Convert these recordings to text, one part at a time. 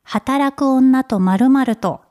働く女と〇〇と。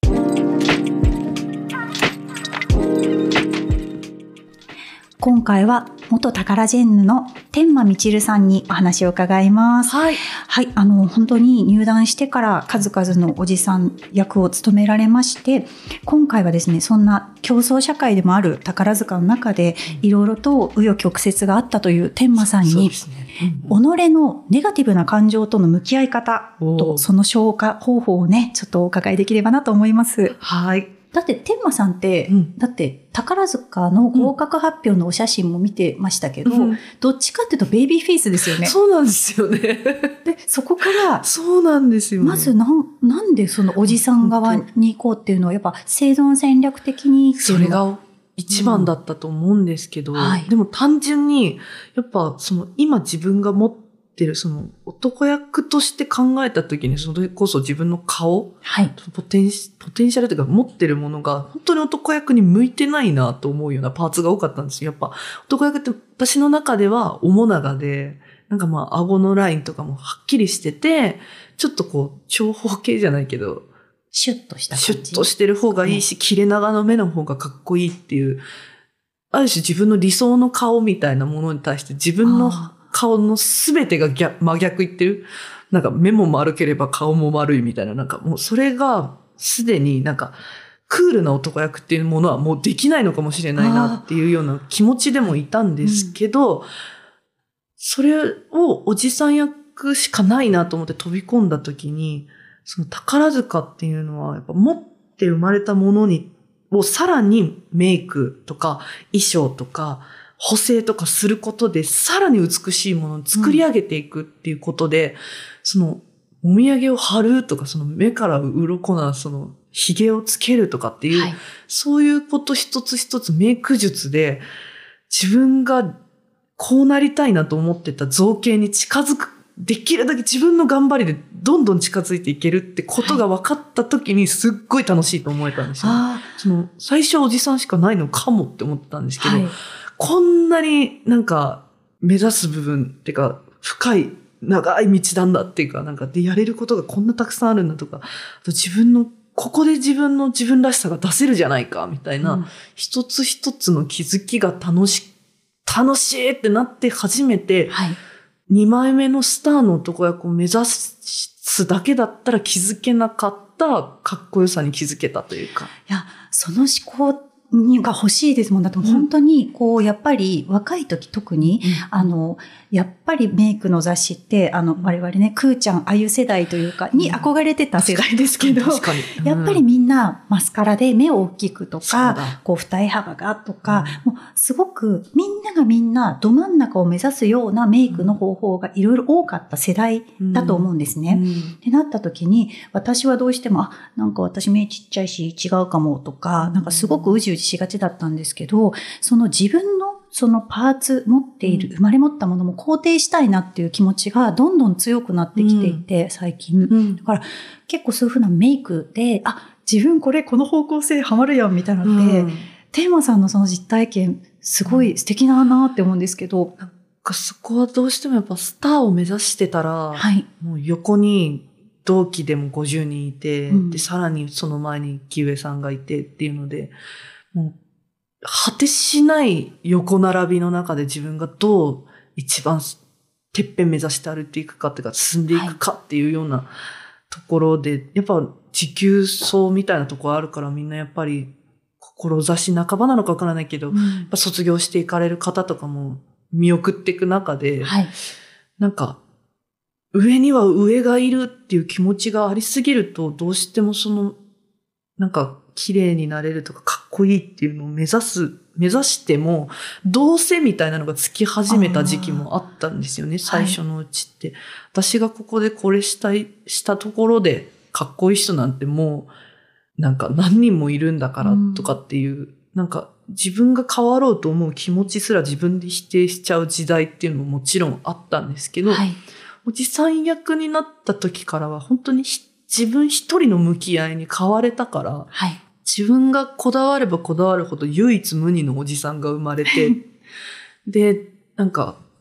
今回は元タカラジェンヌの天間みちるさんにお話を伺います。 はい。 はい、本当に入団してから数々のおじさん役を務められまして、今回はですね、そんな競争社会でもある宝塚の中でいろいろと紆余曲折があったという天間さんに、己のネガティブな感情との向き合い方とその消化方法をね、ちょっとお伺いできればなと思います。 はい。 だって天間さんって、だって宝塚の合格発表のお写真も見てましたけど、どっちかっていうとベイビーフェイスですよね。 そうなんですよね。 で、そこからそうなんですよ、ね。 まずなんでそのおじさん側に行こうっていうのはやっぱ生存戦略的にっていうのそれが一番だったと思うんですけど、でも単純にやっぱその今自分が持ってるその男役として考えたときにそれこそ自分の顔、ポテンシャルというか持ってるものが本当に男役に向いてないなと思うようなパーツが多かったんですよ。やっぱ男役って私の中では面長で、なんか顎のラインとかもはっきりしてて、ちょっとこう長方形じゃないけど、 シュッとした感じ。 シュッとしてる方がいいし、切れ長の目の方がかっこいいっていう、ある種自分の理想の顔みたいなものに対して自分の顔のすべてが真逆言ってる。なんか目も丸ければ顔も丸いみたいな、なんかもうそれがすでになんかクールな男役っていうものはもうできないのかもしれないなっていうような気持ちでもいたんですけど、それをおじさん役しかないなと思って飛び込んだ時に、その宝塚っていうのはやっぱ持って生まれたものをさらにメイクとか衣装とか補正とかすることでさらに美しいものを作り上げていくっていうことで、そのお土産を貼るとか、その目から鱗なその髭をつけるとかっていう、そういうこと一つ一つメイク術で自分がこうなりたいなと思ってた造形に近づく、できるだけ自分の頑張りでどんどん近づいていけるってことが分かった時にすっごい楽しいと思えたんですよ、その最初おじさんしかないのかもって思ったんですけど、こんなになんか目指す部分っていうか深い長い道なんだっていうか、なんかでやれることがこんなたくさんあるんだとか、あとここで自分らしさが出せるじゃないかみたいな、一つ一つの気づきが楽しいってなって初めて、2枚目のスターの男役を目指すだけだったら気づけなかったかっこよさに気づけたというか。 いや、その思考が欲しいですもん。だって本当にやっぱり若い時特に、やっぱりメイクの雑誌って我々ね、くーちゃんあゆ世代というかに憧れてた世代ですけど、やっぱりみんなマスカラで目を大きくとか、二重幅がとか、もうすごくみんなど真ん中を目指すようなメイクの方法がいろいろ多かった世代だと思うんですね。ってなった時に、私はどうしてもなんか私目ちっちゃいし違うかもとか、なんかすごくうじうじしがちだったんですけど、その自分のそのパーツ持っている、生まれ持ったものも肯定したいなっていう気持ちがどんどん強くなってきていて、最近。だから結構そういうふうなメイクで、自分この方向性ハマるやんみたいなのって、テーマさんのその実体験、すごい素敵だなって思うんですけど。 なんかそこはどうしてもやっぱスターを目指してたら、もう横に同期でも50人いて、で、さらにその前に木上さんがいてっていうので、もう果てしない横並びの中で自分がどう一番てっぺん目指して歩いていくかっていうか進んでいくかっていうようなところで、やっぱ持久走みたいなところあるからみんなやっぱり志半ばなのかわからないけど、やっぱ卒業していかれる方とかも見送っていく中で、なんか上には上がいるっていう気持ちがありすぎるとどうしてもなんか綺麗になれるとかかっこいいっていうのを目指してもどうせみたいなのがつき始めた時期もあったんですよね、最初のうちって。私がここでこれしたところでかっこいい人なんてもうなんか何人もいるんだからとかっていう、なんか自分が変わろうと思う気持ちすら自分で否定しちゃう時代っていうのももちろんあったんですけど、おじさん役になった時からは本当に自分一人の向き合いに変われたから、自分がこだわればこだわるほど唯一無二のおじさんが生まれて、で、なんか、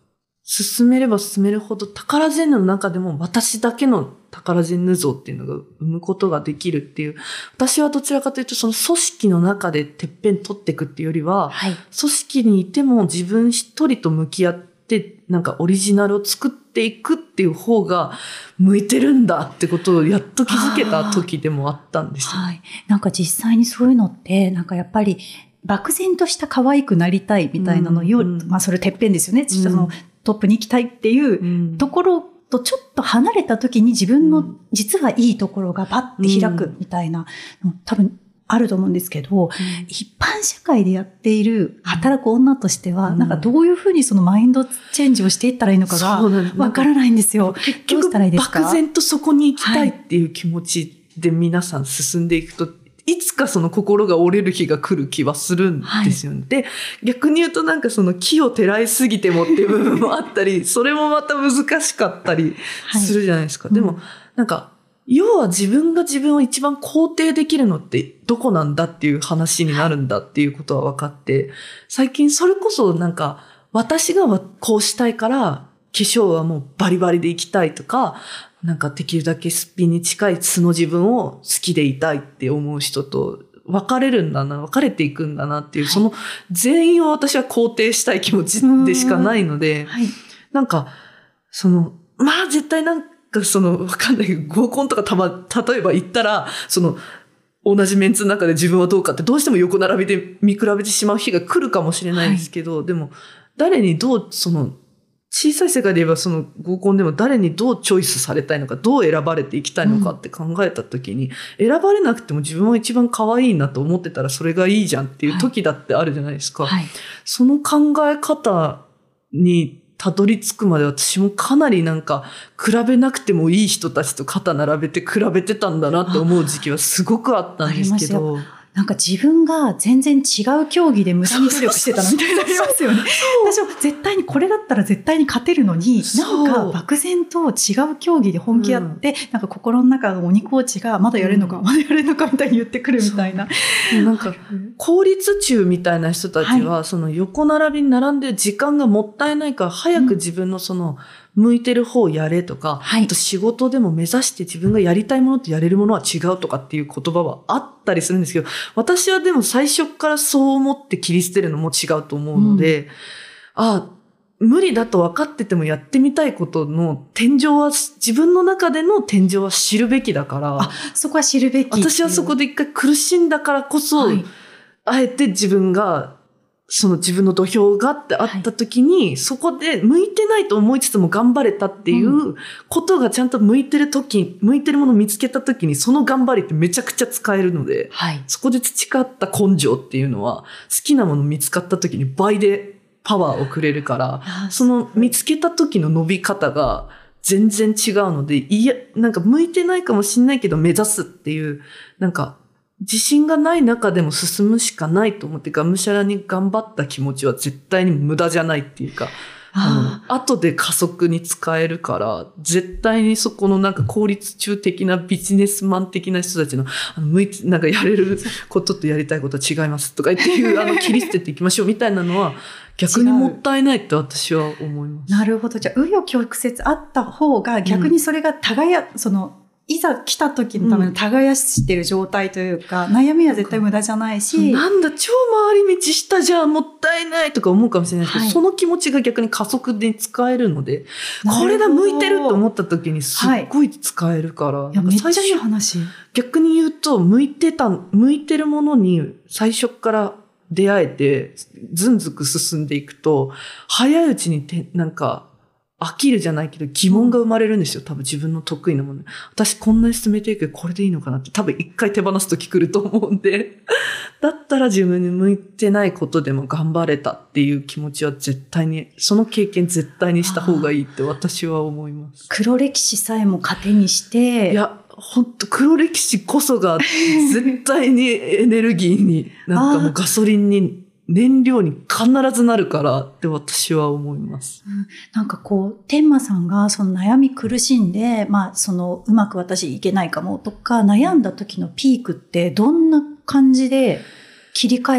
進めれば進めるほどタカラジェンヌの中でも私だけのタカラジェンヌ像っていうのが生むことができるっていう、私はどちらかというとその組織の中でてっぺん取っていくっていうよりは、 はい、 組織にいても自分一人と向き合ってなんかオリジナルを作っていくっていう方が向いてるんだってことをやっと気づけた時でもあったんですよ。 はい。なんか実際にそういうのってなんかやっぱり漠然とした可愛くなりたいみたいなのよ、まあそれてっぺんですよね。そのトップに行きたいっていうところとちょっと離れた時に自分の実はいいところがパッて開くみたいなの多分あると思うんですけど、一般社会でやっている働く女としては、なんかどういうふうにそのマインドチェンジをしていったらいいのかがわからないんですよ。 結局漠然とそこに行きたいっていう気持ちで皆さん進んでいくと、いつかその心が折れる日が来る気はするんですよね。はい、で、逆に言うとなんかその木を照らいすぎてもっていう部分もあったり、それもまた難しかったりするじゃないですか。はい、でも、なんか、要は自分が自分を一番肯定できるのってどこなんだっていう話になるんだっていうことは分かって、最近それこそなんか、私がこうしたいから、化粧はもうバリバリでいきたいとか、なんかできるだけすっぴんに近い素の自分を好きでいたいって思う人と別れていくんだなっていう、はい、その全員を私は肯定したい気持ちでしかないので、はい、なんか、まあ絶対なんかわかんないけど、合コンとか例えば行ったら、同じメンツの中で自分はどうかってどうしても横並びで見比べてしまう日が来るかもしれないですけど、はい、でも誰にどう小さい世界で言えば合コンでも誰にどうチョイスされたいのか、どう選ばれていきたいのかって考えたときに、選ばれなくても自分は一番可愛いなと思ってたらそれがいいじゃんっていう時だってあるじゃないですか。はいはい、その考え方にたどり着くまで私もかなりなんか比べなくてもいい人たちと肩並べて比べてたんだなって思う時期はすごくあったんですけど。 なんか自分が全然違う競技で無駄に努力してたのみたいになりますよね。私も絶対にこれだったら絶対に勝てるのに、なんか漠然と違う競技で本気やって、なんか心の中の鬼コーチがまだやれるのか、まだやれるのかみたいに言ってくるみたいな。 なんか効率中みたいな人たちは、横並びに並んでる時間がもったいないから早く自分の向いてる方をやれとか、あと仕事でも目指して自分がやりたいものとやれるものは違うとかっていう言葉はあったりするんですけど、私はでも最初からそう思って切り捨てるのも違うと思うので、無理だと分かっててもやってみたいことの天井は、自分の中での天井は知るべきだから。 そこは知るべき。 私はそこで一回苦しんだからこそ、あえて自分が、自分の土俵がってあった時に、そこで向いてないと思いつつも頑張れたっていうことがちゃんと向いてるものを見つけた時に、その頑張りってめちゃくちゃ使えるので、そこで培った根性っていうのは、好きなもの見つかった時に倍でパワーをくれるから、見つけた時の伸び方が全然違うので、なんか向いてないかもしんないけど目指すっていう、なんか、自信がない中でも進むしかないと思って、がむしゃらに頑張った気持ちは絶対に無駄じゃないっていうか、後で加速に使えるから、絶対にそこのなんか効率中的なビジネスマン的な人たちの、なんかやれることとやりたいことは違いますとか言っていう、切り捨てていきましょうみたいなのは、逆にもったいないって私は思います。 なるほど。じゃあ、紆余曲折あった方が、逆にそれがいざ来た時のための耕してる状態というか、悩みは絶対無駄じゃないし。 なんだ、超回り道したじゃん、もったいないとか思うかもしれないですけど、その気持ちが逆に加速で使えるので、これだ、向いてると思った時にすっごい使えるから。 いや、めっちゃいい話。 逆に言うと、向いてるものに最初から出会えて、ずんずく進んでいくと、早いうちになんか、飽きるじゃないけど疑問が生まれるんですよ。多分自分の得意なもの。私こんなに進めていくけどこれでいいのかなって多分一回手放す時来ると思うんで。だったら自分に向いてないことでも頑張れたっていう気持ちは絶対に、その経験絶対にした方がいいって私は思います。 黒歴史さえも糧にして。 いや、本当黒歴史こそが絶対にエネルギーに、なんかもうガソリンに、燃料に必ずなるからって私は思います。 なんか天馬さんがその悩み苦しんで、うまく私いけないかもとか悩んだ時のピークってどんな感じで切り替えよう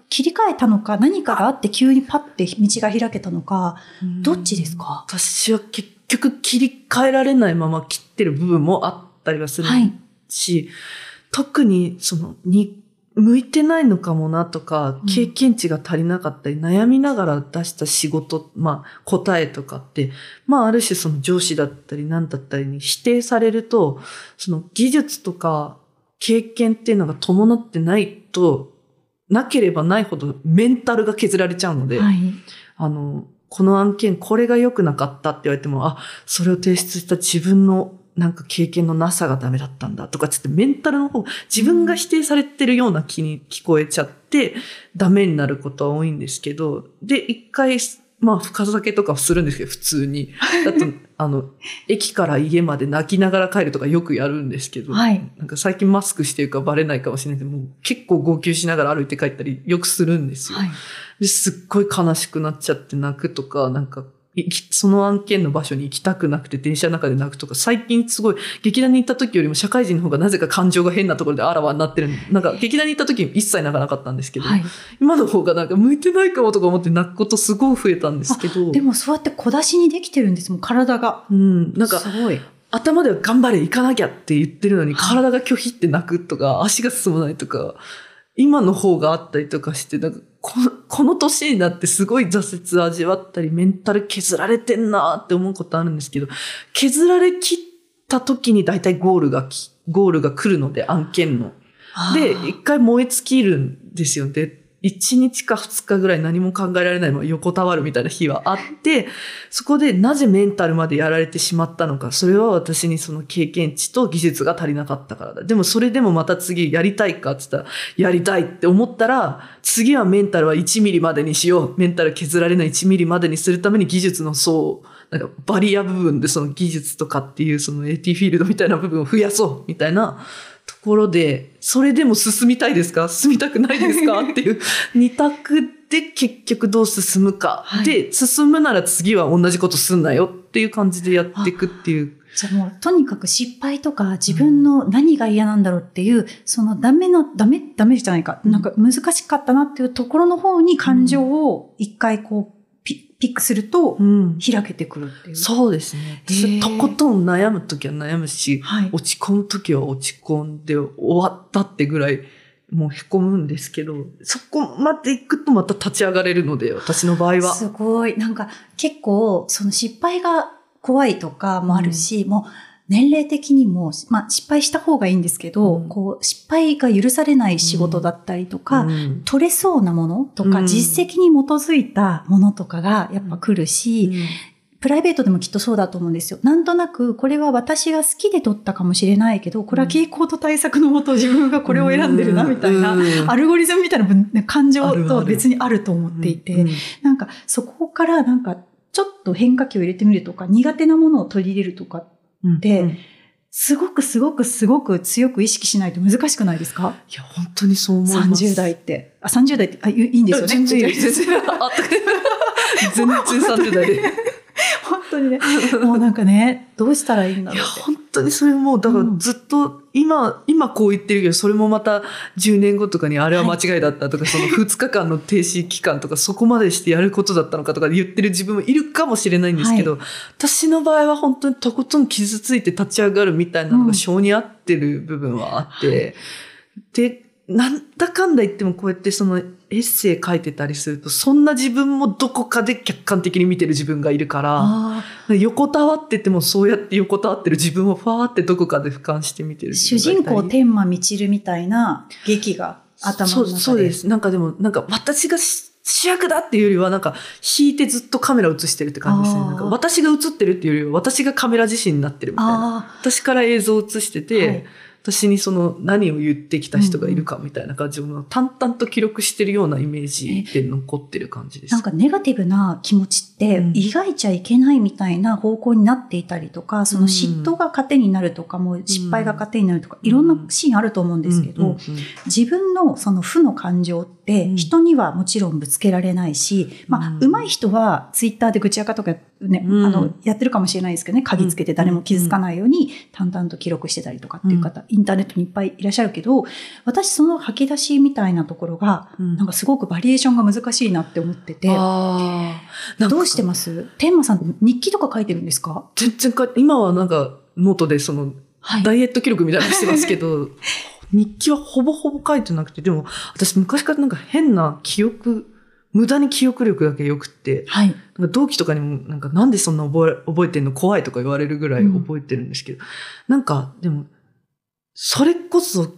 切り替えたのか、何かがあって急にパッて道が開けたのか、どっちですか？ 私は結局切り替えられないまま切ってる部分もあったりはするし、特に向いてないのかもなとか、経験値が足りなかったり、悩みながら出した仕事、答えとかって、ある種その上司だったり何だったりに否定されると、その技術とか経験っていうのが伴ってないと、なければないほどメンタルが削られちゃうので、この案件これが良くなかったって言われても、それを提出した自分の経験のなさがダメだったんだとかつってメンタルの方、自分が否定されてるような気に聞こえちゃってダメになることは多いんですけど、で、一回、深酒とかするんですけど、普通に。だと、駅から家まで泣きながら帰るとかよくやるんですけど、最近マスクしてるからバレないかもしれないけど、もう結構号泣しながら歩いて帰ったりよくするんですよ。ですっごい悲しくなっちゃって泣くとか、その案件の場所に行きたくなくて電車の中で泣くとか、最近すごい劇団に行った時よりも社会人の方がなぜか感情が変なところであらわになってる。劇団に行った時一切泣かなかったんですけど、今の方が向いてないかもとか思って泣くことすごい増えたんですけど。 でもそうやって小出しにできてるんですもん、体が。すごい。 頭では頑張れ行かなきゃって言ってるのに、体が拒否って泣くとか、足が進まないとか、今の方があったりとかして、この年になってすごい挫折味わったり、メンタル削られてんなって思うことあるんですけど、削られ切った時に大体ゴールが来るので、案件の。で、一回燃え尽きるんですよ。で、1日か2日ぐらい何も考えられないまま横たわるみたいな日はあって、そこでなぜメンタルまでやられてしまったのか、それは私にその経験値と技術が足りなかったからだ。でもそれでもまた次やりたいかって言ったら、やりたいって思ったら、次はメンタルは1ミリまでにしよう。メンタル削られない1ミリまでにするために技術の層、バリア部分でその技術とかっていうその AT フィールドみたいな部分を増やそうみたいなところで、それでも進みたいですか？進みたくないですか？っていう二択で結局どう進むか。で、進むなら次は同じことすんなよっていう感じでやっていくっていう。 じゃあもうとにかく失敗とか自分の何が嫌なんだろうっていう、そのダメじゃないか、難しかったなっていうところの方に感情を一回ピックすると開けてくるっていう。 そうですね。とことん悩むときは悩むし、落ち込むときは落ち込んで終わったってぐらいもう凹むんですけど、そこまで行くとまた立ち上がれるので、私の場合は。 すごい。結構その失敗が怖いとかもあるし、もう年齢的にも、失敗した方がいいんですけど、失敗が許されない仕事だったりとか、取れそうなものとか、実績に基づいたものとかがやっぱ来るし、プライベートでもきっとそうだと思うんですよ。なんとなく、これは私が好きで取ったかもしれないけど、これは傾向と対策のもと自分がこれを選んでるな、みたいな、アルゴリズムみたいな感情と別にあると思っていて、そこからちょっと変化球を入れてみるとか、苦手なものを取り入れるとか、すごく強く意識しないと難しくないですか？ いや、本当にそう思います。 30代って。30代って、いいんですよね。 全然30代で。 本当にね。もうね、どうしたらいいんだろうって。 いや、本当にそれも、だからずっと、今こう言ってるけど、それもまた10年後とかにあれは間違いだったとか、その2日間の停止期間とか、そこまでしてやることだったのかとか言ってる自分もいるかもしれないんですけど、私の場合は本当にとことん傷ついて立ち上がるみたいなのが性に合ってる部分はあって、で、なんだかんだ言ってもこうやってそのエッセイ書いてたりすると、そんな自分もどこかで客観的に見てる自分がいるから、横たわっててもそうやって横たわってる自分をファーってどこかで俯瞰して見てる主人公天馬みちるみたいな劇が頭の中で。 そうです。でも私が主役だっていうよりは引いてずっとカメラ映してるって感じですね。私が映ってるっていうよりは私がカメラ自身になってるみたいな。私から映像を映してて、私にその何を言ってきた人がいるかみたいな感じを淡々と記録してるようなイメージで残ってる感じです。 ネガティブな気持ちって描いちゃいけないみたいな方向になっていたりとか、その嫉妬が糧になるとか、もう失敗が糧になるとか、いろんなシーンあると思うんですけど、自分のその負の感情って人にはもちろんぶつけられないし、上手い人はツイッターで愚痴垢とかね、やってるかもしれないですけどね、鍵つけて誰も傷つかないように淡々と記録してたりとかっていう方、インターネットにいっぱいいらっしゃるけど、私その吐き出しみたいなところが、なんかすごくバリエーションが難しいなって思ってて、どうしてます？天馬さん日記とか書いてるんですか？ 全然今はなんかノートでダイエット記録みたいなのしてますけど、日記はほぼほぼ書いてなくて、でも私昔からなんか変な無駄に記憶力だけ良くって、はい、なんか同期とかにもなんでそんな覚えてんの怖いとか言われるぐらい覚えてるんですけど、なんかでも、それこそ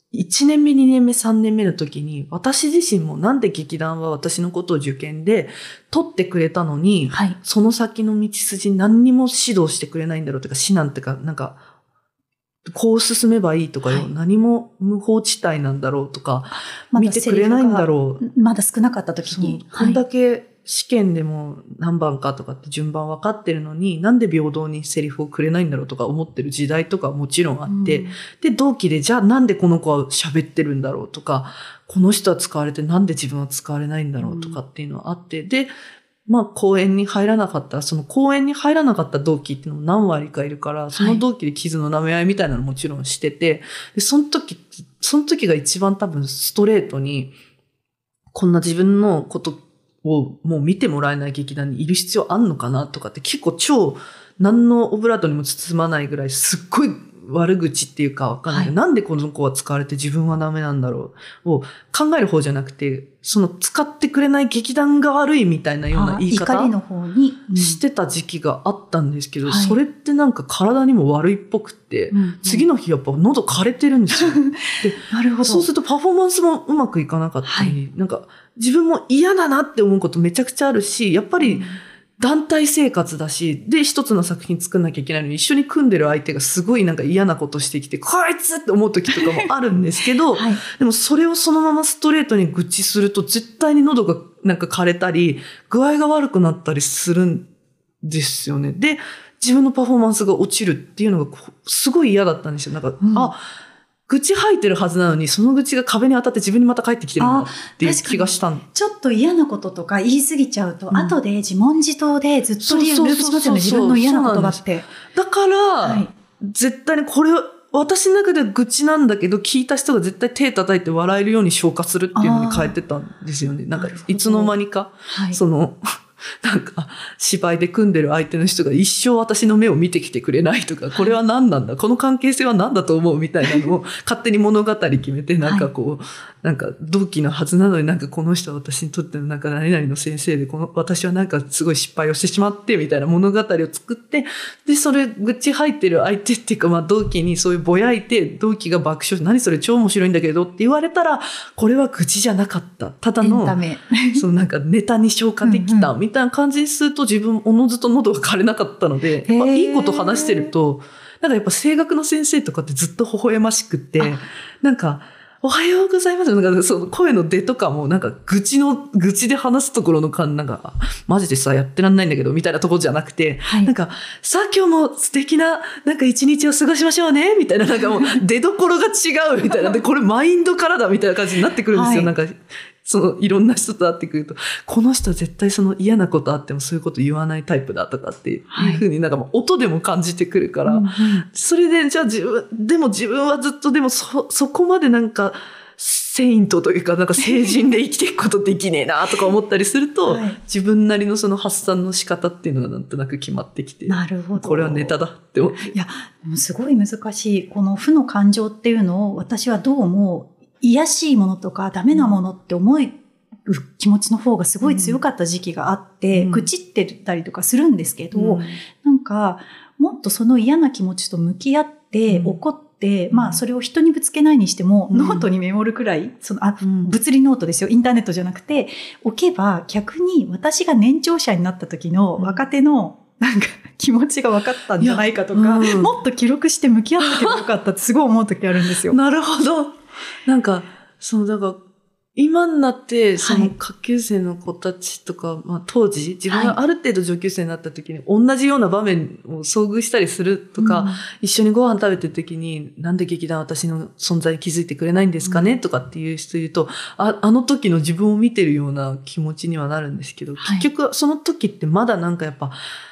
1年目、2年目、3年目の時に私自身もなんで劇団は私のことを受験で取ってくれたのに、はい、その先の道筋何にも指導してくれないんだろうとか、指南ってか、なんか、こう進めばいいとかよ、はい、何も無法地帯なんだろうとか、見てくれないんだろう。 まだ少なかった時に。 こんだけ試験でも何番かとかって順番分かってるのに、なんで平等にセリフをくれないんだろうとか思ってる時代とかもちろんあって、で、同期でじゃあなんでこの子は喋ってるんだろうとか、この人は使われてなんで自分は使われないんだろうとかっていうのはあって、で、公演に入らなかった、その公演に入らなかった同期っていうのも何割かいるから、その同期で傷の舐め合いみたいなのもちろんしてて、で、その時が一番多分ストレートに、こんな自分のことをもう見てもらえない劇団にいる必要あんのかなとかって結構何のオブラートにも包まないぐらいすっごい悪口っていうかわかんないけど、はい、なんでこの子は使われて自分はダメなんだろうを考える方じゃなくて、その使ってくれない劇団が悪いみたいなような言い方怒りの方に、 してた時期があったんですけど、それってなんか体にも悪いっぽくって、次の日やっぱ喉枯れてるんですよ。でなるほど。 そうするとパフォーマンスもうまくいかなかったり、なんか自分も嫌だなって思うことめちゃくちゃあるし、やっぱり、団体生活だし、で、一つの作品作んなきゃいけないのに、一緒に組んでる相手がすごいなんか嫌なことしてきて、こいつって思う時とかもあるんですけど、はい、でもそれをそのままストレートに愚痴すると、絶対に喉がなんか枯れたり、具合が悪くなったりするんですよね。で、自分のパフォーマンスが落ちるっていうのが、すごい嫌だったんですよ。なんか、愚痴吐いてるはずなのに、その愚痴が壁に当たって自分にまた返ってきてるんだっていう気がしたん。 ちょっと嫌なこととか言い過ぎちゃうと、後で自問自答でずっとループしますよね、自分の嫌なことがあって。 だから、絶対にこれ、私の中では愚痴なんだけど、聞いた人が絶対手叩いて笑えるように消化するっていうのに変えてたんですよね。なんか、いつの間にか、なんか、芝居で組んでる相手の人が一生私の目を見てきてくれないとか、これは何なんだ、この関係性は何だと思うみたいなのを勝手に物語決めて、なんかなんか同期のはずなのになんかこの人は私にとってのなんか何々の先生で、私はなんかすごい失敗をしてしまってみたいな物語を作って、で、それ愚痴入ってる相手っていうか、同期にそういうぼやいて、同期が爆笑して、何それ超面白いんだけどって言われたら、これは愚痴じゃなかった。ただの、なんかネタに消化できたみたいな感じにすると自分おのずと喉が枯れなかったので、いいこと話してると、なんかやっぱ声楽の先生とかってずっと微笑ましくて、なんか、おはようございます。なんかその声の出とかもなんか愚痴で話すところの感、なんか、マジでさ、やってらんないんだけど、みたいなところじゃなくて、なんか、さあ今日も素敵な、なんか一日を過ごしましょうね、みたいな、なんかもう出どころが違うみたいな。で、これマインドからだみたいな感じになってくるんですよ。なんか、いろんな人と会ってくると、この人は絶対その嫌なことあってもそういうこと言わないタイプだとかっていうふうになんかもう音でも感じてくるから、それでじゃあ自分はずっとでもそこまでなんかセイントというかなんか聖人で生きていくことできねえなとか思ったりすると、自分なりのその発散の仕方っていうのがなんとなく決まってきて、 なるほど。 これはネタだって思って。 いや、すごい難しい。この負の感情っていうのを私はどうも癒やしいものとかダメなものって思う気持ちの方がすごい強かった時期があって、愚痴ってたりとかするんですけど、なんかもっとその嫌な気持ちと向き合って怒って、それを人にぶつけないにしても、ノートにメモるくらい、物理ノートですよ、インターネットじゃなくて、置けば逆に私が年長者になった時の若手のなんか気持ちが分かったんじゃないかとか、もっと記録して向き合ってよかったってすごい思う時あるんですよ。 なるほど。なんか、だから、今になって、下級生の子たちとか、当時、自分がある程度上級生になった時に、同じような場面を遭遇したりするとか、一緒にご飯食べてる時に、なんで劇団私の存在に気づいてくれないんですかね、とかっていう人いると、あの時の自分を見てるような気持ちにはなるんですけど、結局その時ってまだなんかやっぱ、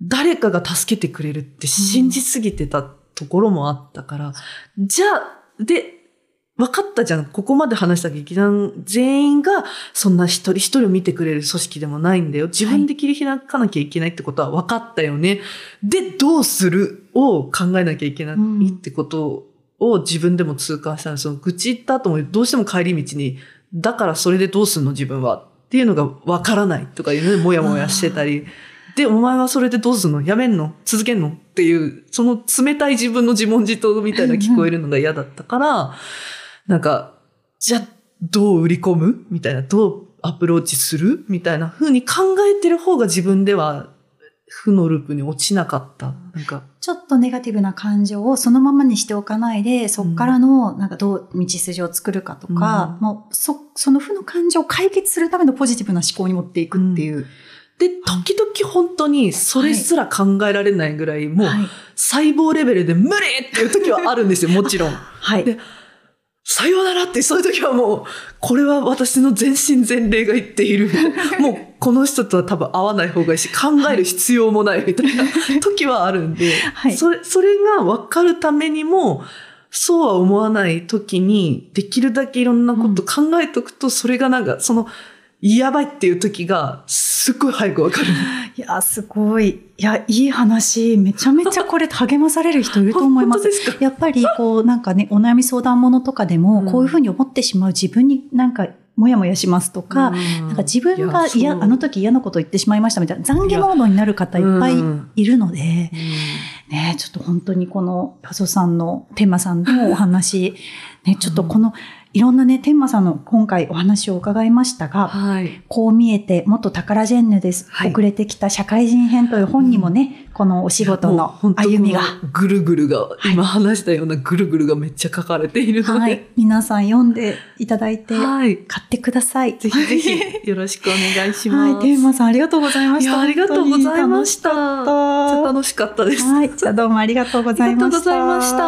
誰かが助けてくれるって信じすぎてたところもあったから、じゃあ、で、分かったじゃん。ここまで話した劇団全員がそんな一人一人を見てくれる組織でもないんだよ。自分で切り開かなきゃいけないってことは分かったよね。で、どうするを考えなきゃいけないってことを自分でも痛感したの。その愚痴言った後もどうしても帰り道に、だからそれでどうすんの自分はっていうのが分からないとかいうのでもやもやしてたり。で、お前はそれでどうすんの？やめんの？続けんの？っていう、その冷たい自分の自問自答みたいな聞こえるのが嫌だったから、なんか、じゃあどう売り込む？みたいな、どうアプローチする？みたいな風に考えてる方が自分では負のループに落ちなかった。なんかちょっとネガティブな感情をそのままにしておかないで、そこからのなんかどう道筋を作るかとか、もうその負の感情を解決するためのポジティブな思考に持っていくっていう。 で、時々本当にそれすら考えられないぐらい、もう細胞レベルで無理っていう時はあるんですよ、もちろん。 はい。 で、さようならってそういう時はもう、これは私の全身全霊が言っている。もうこの人とは多分会わない方がいいし、考える必要もないみたいな時はあるんで、はい、それが分かるためにも、そうは思わない時に、できるだけいろんなこと考えとくと、それがなんか、やばいっていう時がすっごい早くわかる。 いや、すごい。いや、いい話。めちゃめちゃこれ励まされる人いると思います。 本当ですか？ やっぱりなんかね、お悩み相談ものとかでも、こういうふうに思ってしまう自分になんかもやもやしますとか、なんか自分があの時嫌なこと言ってしまいましたみたいな懺悔モードになる方いっぱいいるので、ね、ちょっと本当にこの細さんの天馬さんのお話、ね、ちょっといろんなね、天馬さんの今回お話を伺いましたが、はい、こう見えて元タカラジェンヌです。はい、遅れてきた社会人編という本にもね、このお仕事の歩みが。 ぐるぐるが、今話したようなぐるぐるがめっちゃ書かれているので。はい、 皆さん読んでいただいて、はい、買ってください。 ぜひぜひよろしくお願いします。 はい、天馬さんありがとうございました。 いや、ありがとうございました。めっちゃ楽しかったです。 はい、じゃあどうもありがとうございました。ありがとうございました。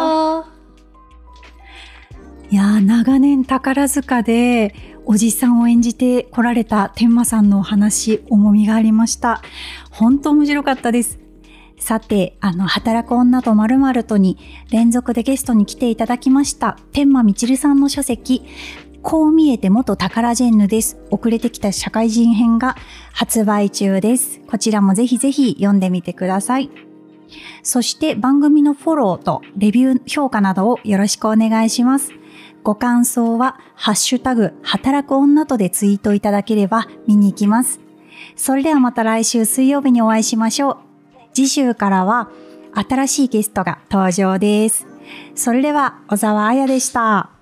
いやー、長年宝塚でおじさんを演じてこられた天馬さんのお話、重みがありました。本当面白かったです。さて、働く女と〇〇とに連続でゲストに来ていただきました天馬みちるさんの書籍、こう見えて元タカラジェンヌです。遅れてきた社会人編が発売中です。こちらもぜひぜひ読んでみてください。そして番組のフォローとレビュー評価などをよろしくお願いします。ご感想はハッシュタグ働く女とでツイートいただければ見に行きます。それではまた来週水曜日にお会いしましょう。次週からは新しいゲストが登場です。それでは小沢彩でした。